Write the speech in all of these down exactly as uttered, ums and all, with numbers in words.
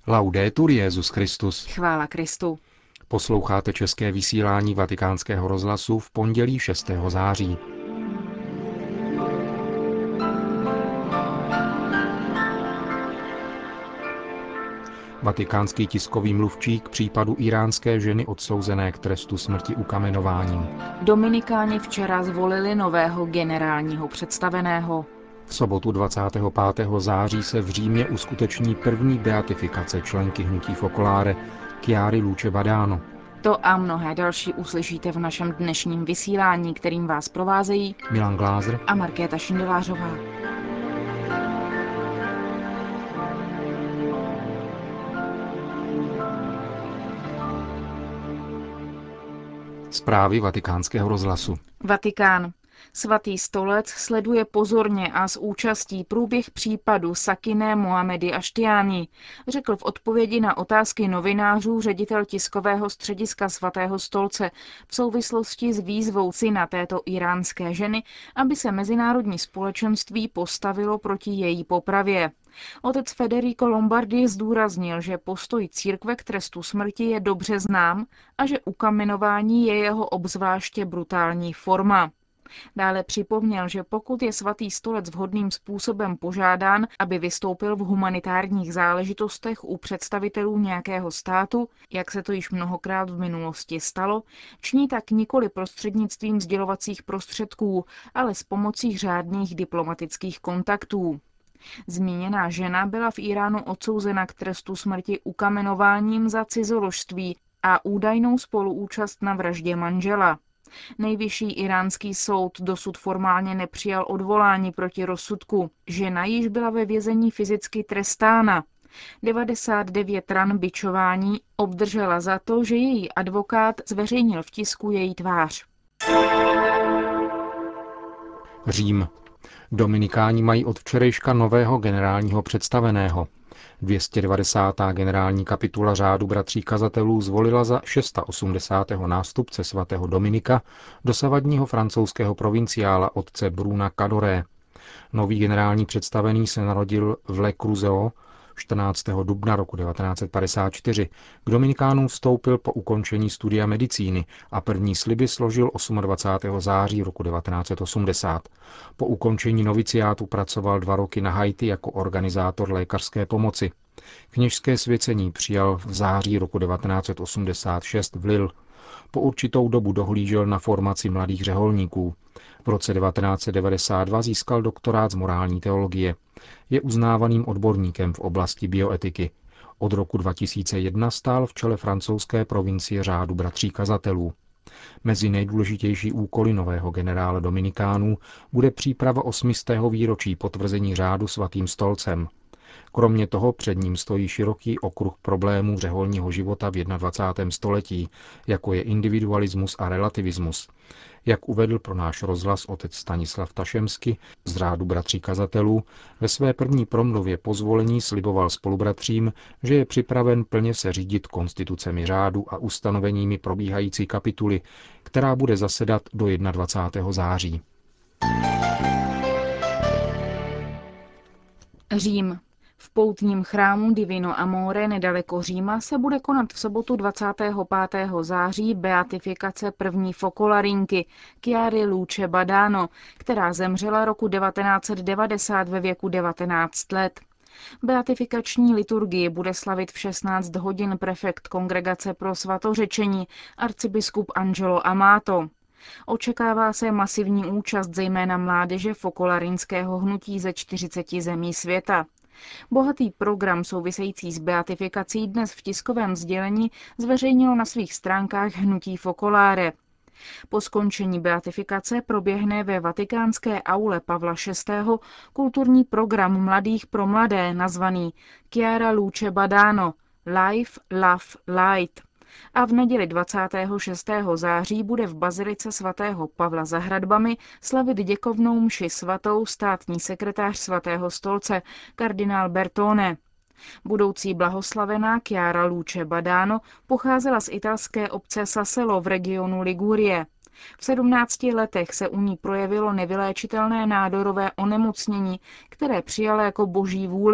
Laudetur Jesus Christus. Chvála Kristu. Posloucháte české vysílání Vatikánského rozhlasu v pondělí šestého září. Vatikánský tiskový mluvčí k případu íránské ženy odsouzené k trestu smrti ukamenováním. Dominikáni včera zvolili nového generálního představeného. V sobotu dvacátého pátého září se v Římě uskuteční první beatifikace členky hnutí Focolare Chiary Luce Badano. To a mnohé další uslyšíte v našem dnešním vysílání, kterým vás provázejí Milan Glázer a Markéta Šindelářová. Zprávy Vatikánského rozhlasu. Vatikán. Svatý stolec sleduje pozorně a s účastí průběh případu Sakiné Mohamedy Ashtiani, řekl v odpovědi na otázky novinářů ředitel tiskového střediska Svatého stolce v souvislosti s výzvou syna této iránské ženy, aby se mezinárodní společenství postavilo proti její popravě. Otec Federico Lombardi zdůraznil, že postoj církve k trestu smrti je dobře znám a že ukamenování je jeho obzvláště brutální forma. Dále připomněl, že pokud je Svatý stolec vhodným způsobem požádán, aby vystoupil v humanitárních záležitostech u představitelů nějakého státu, jak se to již mnohokrát v minulosti stalo, činí tak nikoli prostřednictvím sdělovacích prostředků, ale s pomocí řádných diplomatických kontaktů. Zmíněná žena byla v Íránu odsouzena k trestu smrti ukamenováním za cizoložství a údajnou spoluúčast na vraždě manžela. Nejvyšší íránský soud dosud formálně nepřijal odvolání proti rozsudku. Žena již byla ve vězení fyzicky trestána. devadesát devět ran bičování obdržela za to, že její advokát zveřejnil v tisku její tvář. Řím. Dominikáni mají od včerejška nového generálního představeného. dvě stě devadesátá generální kapitula řádu bratří kazatelů zvolila za osmdesátého šestého nástupce svatého Dominika dosavadního francouzského provinciála otce Bruna Cadoré. Nový generální představený se narodil v Le Creusot čtrnáctého dubna roku devatenáct set padesát čtyři. K Dominikánům vstoupil po ukončení studia medicíny a první sliby složil dvacátého osmého září roku devatenáct set osmdesát. Po ukončení noviciátu pracoval dva roky na Haiti jako organizátor lékařské pomoci. Kněžské svěcení přijal v září roku devatenáct set osmdesát šest v Lille. Po určitou dobu dohlížel na formaci mladých řeholníků. V roce devatenáct set devadesát dva získal doktorát z morální teologie. Je uznávaným odborníkem v oblasti bioetiky. Od roku dva tisíce jedna stál v čele francouzské provincie řádu bratří kazatelů. Mezi nejdůležitější úkoly nového generála Dominikánů bude příprava osmistého výročí potvrzení řádu svatým stolcem. Kromě toho před ním stojí široký okruh problémů řeholního života v dvacátém prvním století, jako je individualismus a relativismus. Jak uvedl pro náš rozhlas otec Stanislav Tašemsky z řádu bratří kazatelů, ve své první promluvě po zvolení sliboval spolubratřím, že je připraven plně se řídit konstitucemi řádu a ustanoveními probíhající kapituly, která bude zasedat do dvacátého prvního září. Řím. V poutním chrámu Divino Amore nedaleko Říma se bude konat v sobotu dvacátého pátého září beatifikace první Focolarinky Chiary Luce Badano, která zemřela roku devatenáct set devadesát ve věku devatenáct let. Beatifikační liturgii bude slavit v šestnáct hodin prefekt Kongregace pro svatořečení arcibiskup Angelo Amato. Očekává se masivní účast zejména mládeže fokolarinského hnutí ze čtyřiceti zemí světa. Bohatý program související s beatifikací dnes v tiskovém sdělení zveřejnilo na svých stránkách hnutí Focolare. Po skončení beatifikace proběhne ve vatikánské aule Pavla šestého kulturní program mladých pro mladé nazvaný Chiara Luce Badano – Life, Love, Light. A v neděli dvacátého šestého září bude v bazilice svatého Pavla za hradbami slavit děkovnou mši svatou státní sekretář svatého stolce kardinál Bertone. Budoucí blahoslavená Chiara Luce Badano pocházela z italské obce Sassello v regionu Ligurie. V sedmnácti letech se u ní projevilo nevyléčitelné nádorové onemocnění, které přijala jako boží vůli.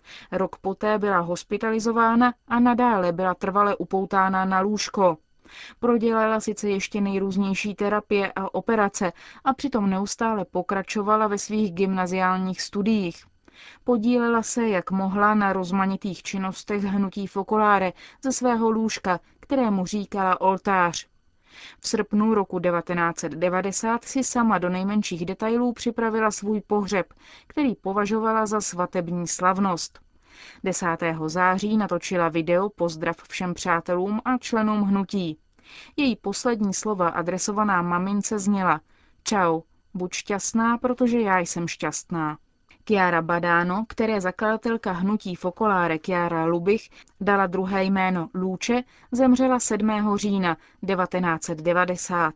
Rok poté byla hospitalizována a nadále byla trvale upoutána na lůžko. Prodělala sice ještě nejrůznější terapie a operace a přitom neustále pokračovala ve svých gymnaziálních studiích. Podílela se, jak mohla, na rozmanitých činnostech hnutí Focolare ze svého lůžka, kterému říkala oltář. V srpnu roku devatenáct set devadesát si sama do nejmenších detailů připravila svůj pohřeb, který považovala za svatební slavnost. desátého září natočila video Pozdrav všem přátelům a členům hnutí. Její poslední slova adresovaná mamince zněla: Čau, buď šťastná, protože já jsem šťastná. Chiara Badano, které zakladatelka hnutí Focolare Chiara Lubich dala druhé jméno Luce, zemřela sedmého října devatenáct set devadesát.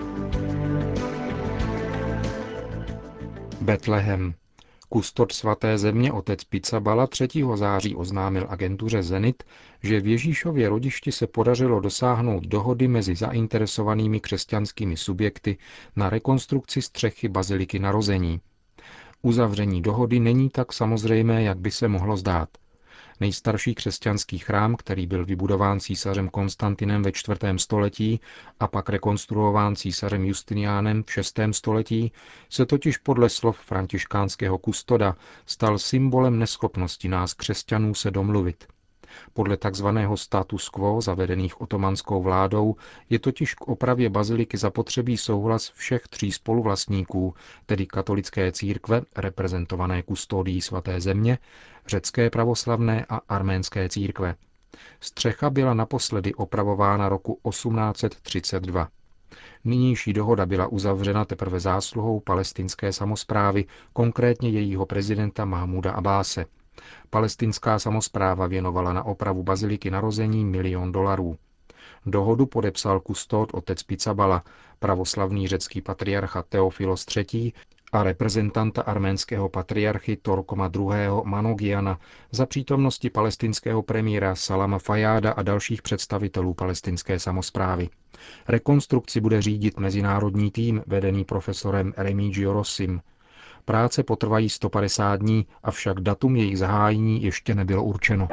Betlehem. Kustod svaté země otec Pizzaballa třetího září oznámil agentuře Zenit, že v Ježíšově rodišti se podařilo dosáhnout dohody mezi zainteresovanými křesťanskými subjekty na rekonstrukci střechy baziliky Narození. Uzavření dohody není tak samozřejmé, jak by se mohlo zdát. Nejstarší křesťanský chrám, který byl vybudován císařem Konstantinem ve čtvrtém století a pak rekonstruován císařem Justiniánem v šestém století, se totiž podle slov františkánského kustoda stal symbolem neschopnosti nás křesťanů se domluvit. Podle takzvaného status quo zavedených otomanskou vládou je totiž k opravě baziliky zapotřebí souhlas všech tří spoluvlastníků, tedy katolické církve, reprezentované kustodií svaté země, řecké pravoslavné a arménské církve. Střecha byla naposledy opravována roku osmnáct set třicet dva. Nynější dohoda byla uzavřena teprve zásluhou palestinské samosprávy, konkrétně jejího prezidenta Mahmúda Abbáse. Palestinská samospráva věnovala na opravu baziliky Narození milion dolarů. Dohodu podepsal kustód otec Pizzaballa, pravoslavný řecký patriarcha Teofilos třetí. a reprezentanta arménského patriarchy Torkoma druhého. Manogiana za přítomnosti palestinského premiéra Salama Fajáda a dalších představitelů palestinské samosprávy. Rekonstrukci bude řídit mezinárodní tým vedený profesorem Remigio Rossim. Práce potrvají sto padesát dní, avšak datum jejich zahájení ještě nebylo určeno.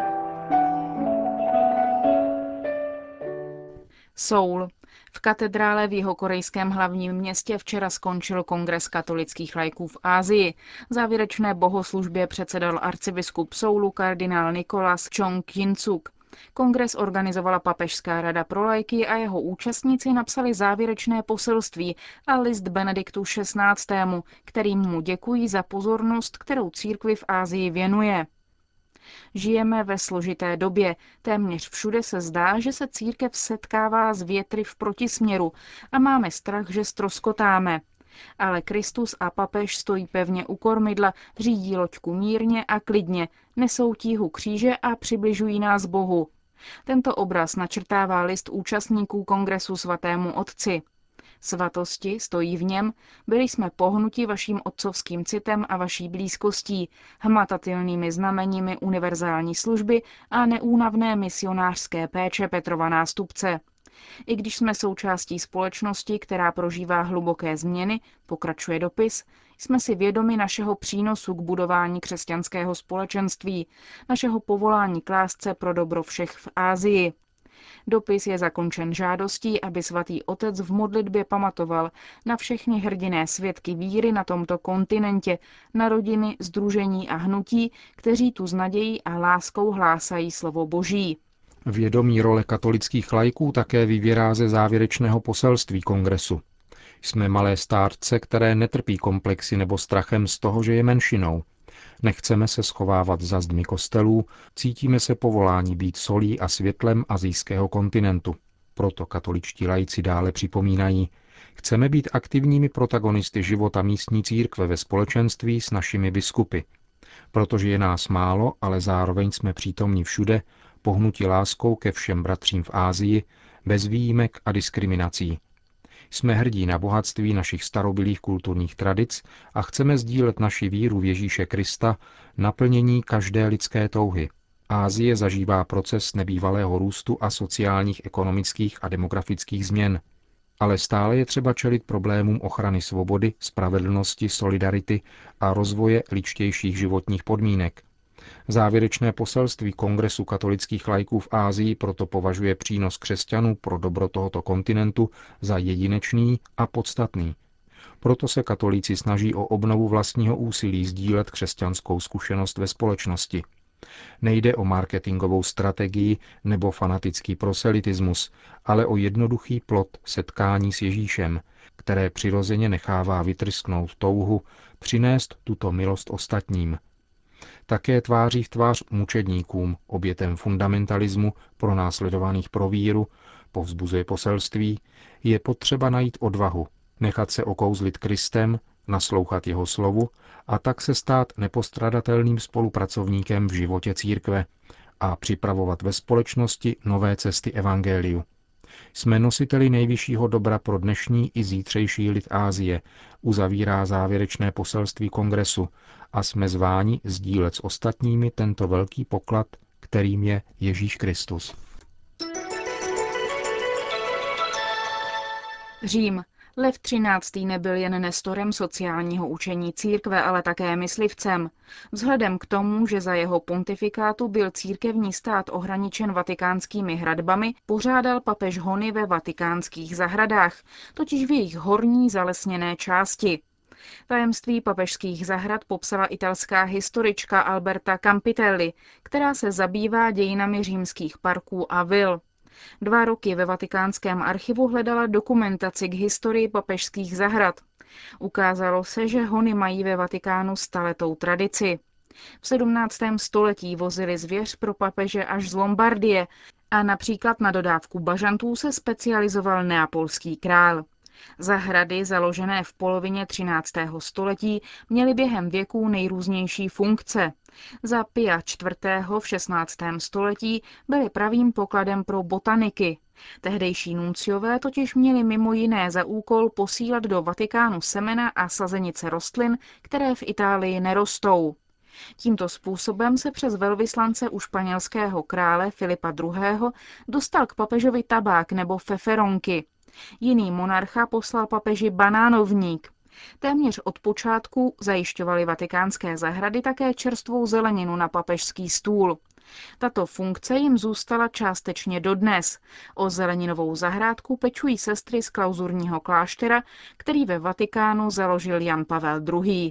Soul. V katedrále v jihokorejském hlavním městě včera skončil kongres katolických laiků v Asii. Závěrečné bohoslužbě předsedal arcibiskup Soulu kardinál Nicholas Chong-Kinsuk. Kongres organizovala Papežská rada pro laiky a jeho účastníci napsali závěrečné poselství a list Benediktu šestnáctému, kterým mu děkují za pozornost, kterou církvi v Asii věnuje. Žijeme ve složité době. Téměř všude se zdá, že se církev setkává s větry v protisměru a máme strach, že ztroskotáme. Ale Kristus a papež stojí pevně u kormidla, řídí loďku mírně a klidně, nesou tíhu kříže a přibližují nás Bohu. Tento obraz načrtává list účastníků kongresu svatému otci. Svatosti stojí v něm, byli jsme pohnuti vaším otcovským citem a vaší blízkostí, hmatatelnými znameními univerzální služby a neúnavné misionářské péče Petrova nástupce. I když jsme součástí společnosti, která prožívá hluboké změny, pokračuje dopis, jsme si vědomi našeho přínosu k budování křesťanského společenství, našeho povolání k lásce pro dobro všech v Asii. Dopis je zakončen žádostí, aby svatý otec v modlitbě pamatoval na všechny hrdinné svědky víry na tomto kontinentě, na rodiny, sdružení a hnutí, kteří tu s nadějí a láskou hlásají slovo Boží. Vědomí role katolických laiků také vyvěrá ze závěrečného poselství kongresu. Jsme malé stárce, které netrpí komplexy nebo strachem z toho, že je menšinou. Nechceme se schovávat za zdmi kostelů, cítíme se povolání být solí a světlem asijského kontinentu. Proto katoličtí laici dále připomínají, chceme být aktivními protagonisty života místní církve ve společenství s našimi biskupy. Protože je nás málo, ale zároveň jsme přítomní všude, pohnuti láskou ke všem bratřím v Asii, bez výjimek a diskriminací. Jsme hrdí na bohatství našich starobylých kulturních tradic a chceme sdílet naši víru v Ježíše Krista, naplnění každé lidské touhy. Asie zažívá proces nebývalého růstu a sociálních, ekonomických a demografických změn. Ale stále je třeba čelit problémům ochrany svobody, spravedlnosti, solidarity a rozvoje lidštějších životních podmínek. Závěrečné poselství Kongresu katolických laiků v Asii proto považuje přínos křesťanů pro dobro tohoto kontinentu za jedinečný a podstatný. Proto se katolíci snaží o obnovu vlastního úsilí sdílet křesťanskou zkušenost ve společnosti. Nejde o marketingovou strategii nebo fanatický proselitismus, ale o jednoduchý plod setkání s Ježíšem, které přirozeně nechává vytrysknout touhu přinést tuto milost ostatním. Také tváří v tvář mučedníkům, obětem fundamentalismu pronásledovaných pro víru, povzbuzuje poselství, je potřeba najít odvahu, nechat se okouzlit Kristem, naslouchat jeho slovu a tak se stát nepostradatelným spolupracovníkem v životě církve a připravovat ve společnosti nové cesty evangeliu. Jsme nositeli nejvyššího dobra pro dnešní i zítřejší lid Asie, uzavírá závěrečné poselství kongresu a jsme zváni sdílet s ostatními tento velký poklad, kterým je Ježíš Kristus. Řím. Lev třináctý nebyl jen nestorem sociálního učení církve, ale také myslivcem. Vzhledem k tomu, že za jeho pontifikátu byl církevní stát ohraničen vatikánskými hradbami, pořádal papež hony ve vatikánských zahradách, totiž v jejich horní zalesněné části. Tajemství papežských zahrad popsala italská historička Alberta Campitelli, která se zabývá dějinami římských parků a vil. Dva roky ve vatikánském archivu hledala dokumentaci k historii papežských zahrad. Ukázalo se, že hony mají ve Vatikánu staletou tradici. V sedmnáctém století vozili zvěř pro papeže až z Lombardie a například na dodávku bažantů se specializoval neapolský král. Zahrady, založené v polovině třináctého století, měly během věků nejrůznější funkce. Za Pia čtvrtého. v šestnáctém století byly pravým pokladem pro botaniky. Tehdejší nunciové totiž měli mimo jiné za úkol posílat do Vatikánu semena a sazenice rostlin, které v Itálii nerostou. Tímto způsobem se přes velvyslance u španělského krále Filipa druhého. dostal k papežovi tabák nebo feferonky. Jiný monarcha poslal papeži banánovník. Téměř od počátku zajišťovaly vatikánské zahrady také čerstvou zeleninu na papežský stůl. Tato funkce jim zůstala částečně dodnes. O zeleninovou zahrádku pečují sestry z klauzurního kláštera, který ve Vatikánu založil Jan Pavel druhý.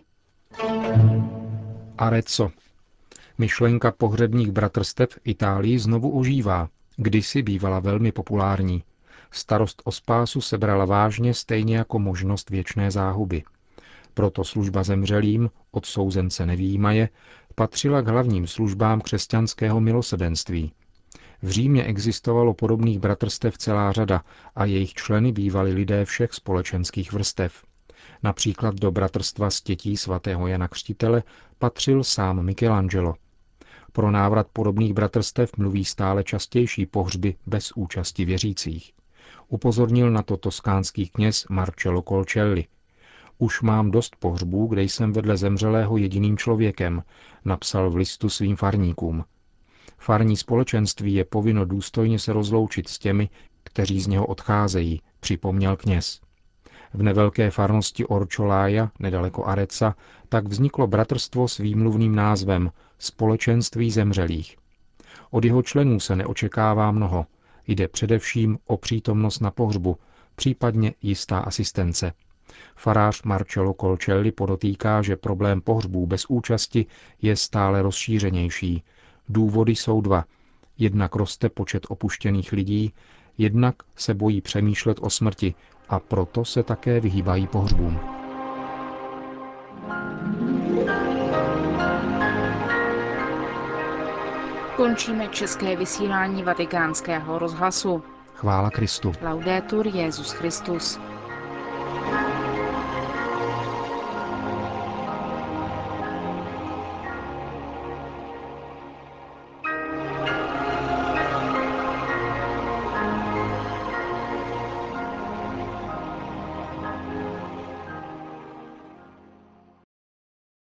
Arezzo. Myšlenka pohřebních bratrstev v Itálii znovu ožívá. Kdysi bývala velmi populární. Starost o spásu se brala vážně stejně jako možnost věčné záhuby. Proto služba zemřelým, odsouzence nevyjímaje, patřila k hlavním službám křesťanského milosrdenství. V Římě existovalo podobných bratrstev celá řada a jejich členy bývali lidé všech společenských vrstev. Například do bratrstva stětí svatého Jana Křtitele patřil sám Michelangelo. Pro návrat podobných bratrstev mluví stále častější pohřby bez účasti věřících. Upozornil na to toskánský kněz Marcello Colcelli. Už mám dost pohřbů, kde jsem vedle zemřelého jediným člověkem, napsal v listu svým farníkům. Farní společenství je povinno důstojně se rozloučit s těmi, kteří z něho odcházejí, připomněl kněz. V nevelké farnosti Orčolája, nedaleko Arezza, tak vzniklo bratrstvo s výmluvným názvem Společenství zemřelých. Od jeho členů se neočekává mnoho. Jde především o přítomnost na pohřbu, případně jistá asistence. Farář Marcello Colcelli podotýká, že problém pohřbů bez účasti je stále rozšířenější. Důvody jsou dva. Jednak roste počet opuštěných lidí, jednak se bojí přemýšlet o smrti a proto se také vyhýbají pohřbům. Končíme české vysílání Vatikánského rozhlasu. Chvála Kristu. Laudetur Jesus Christus.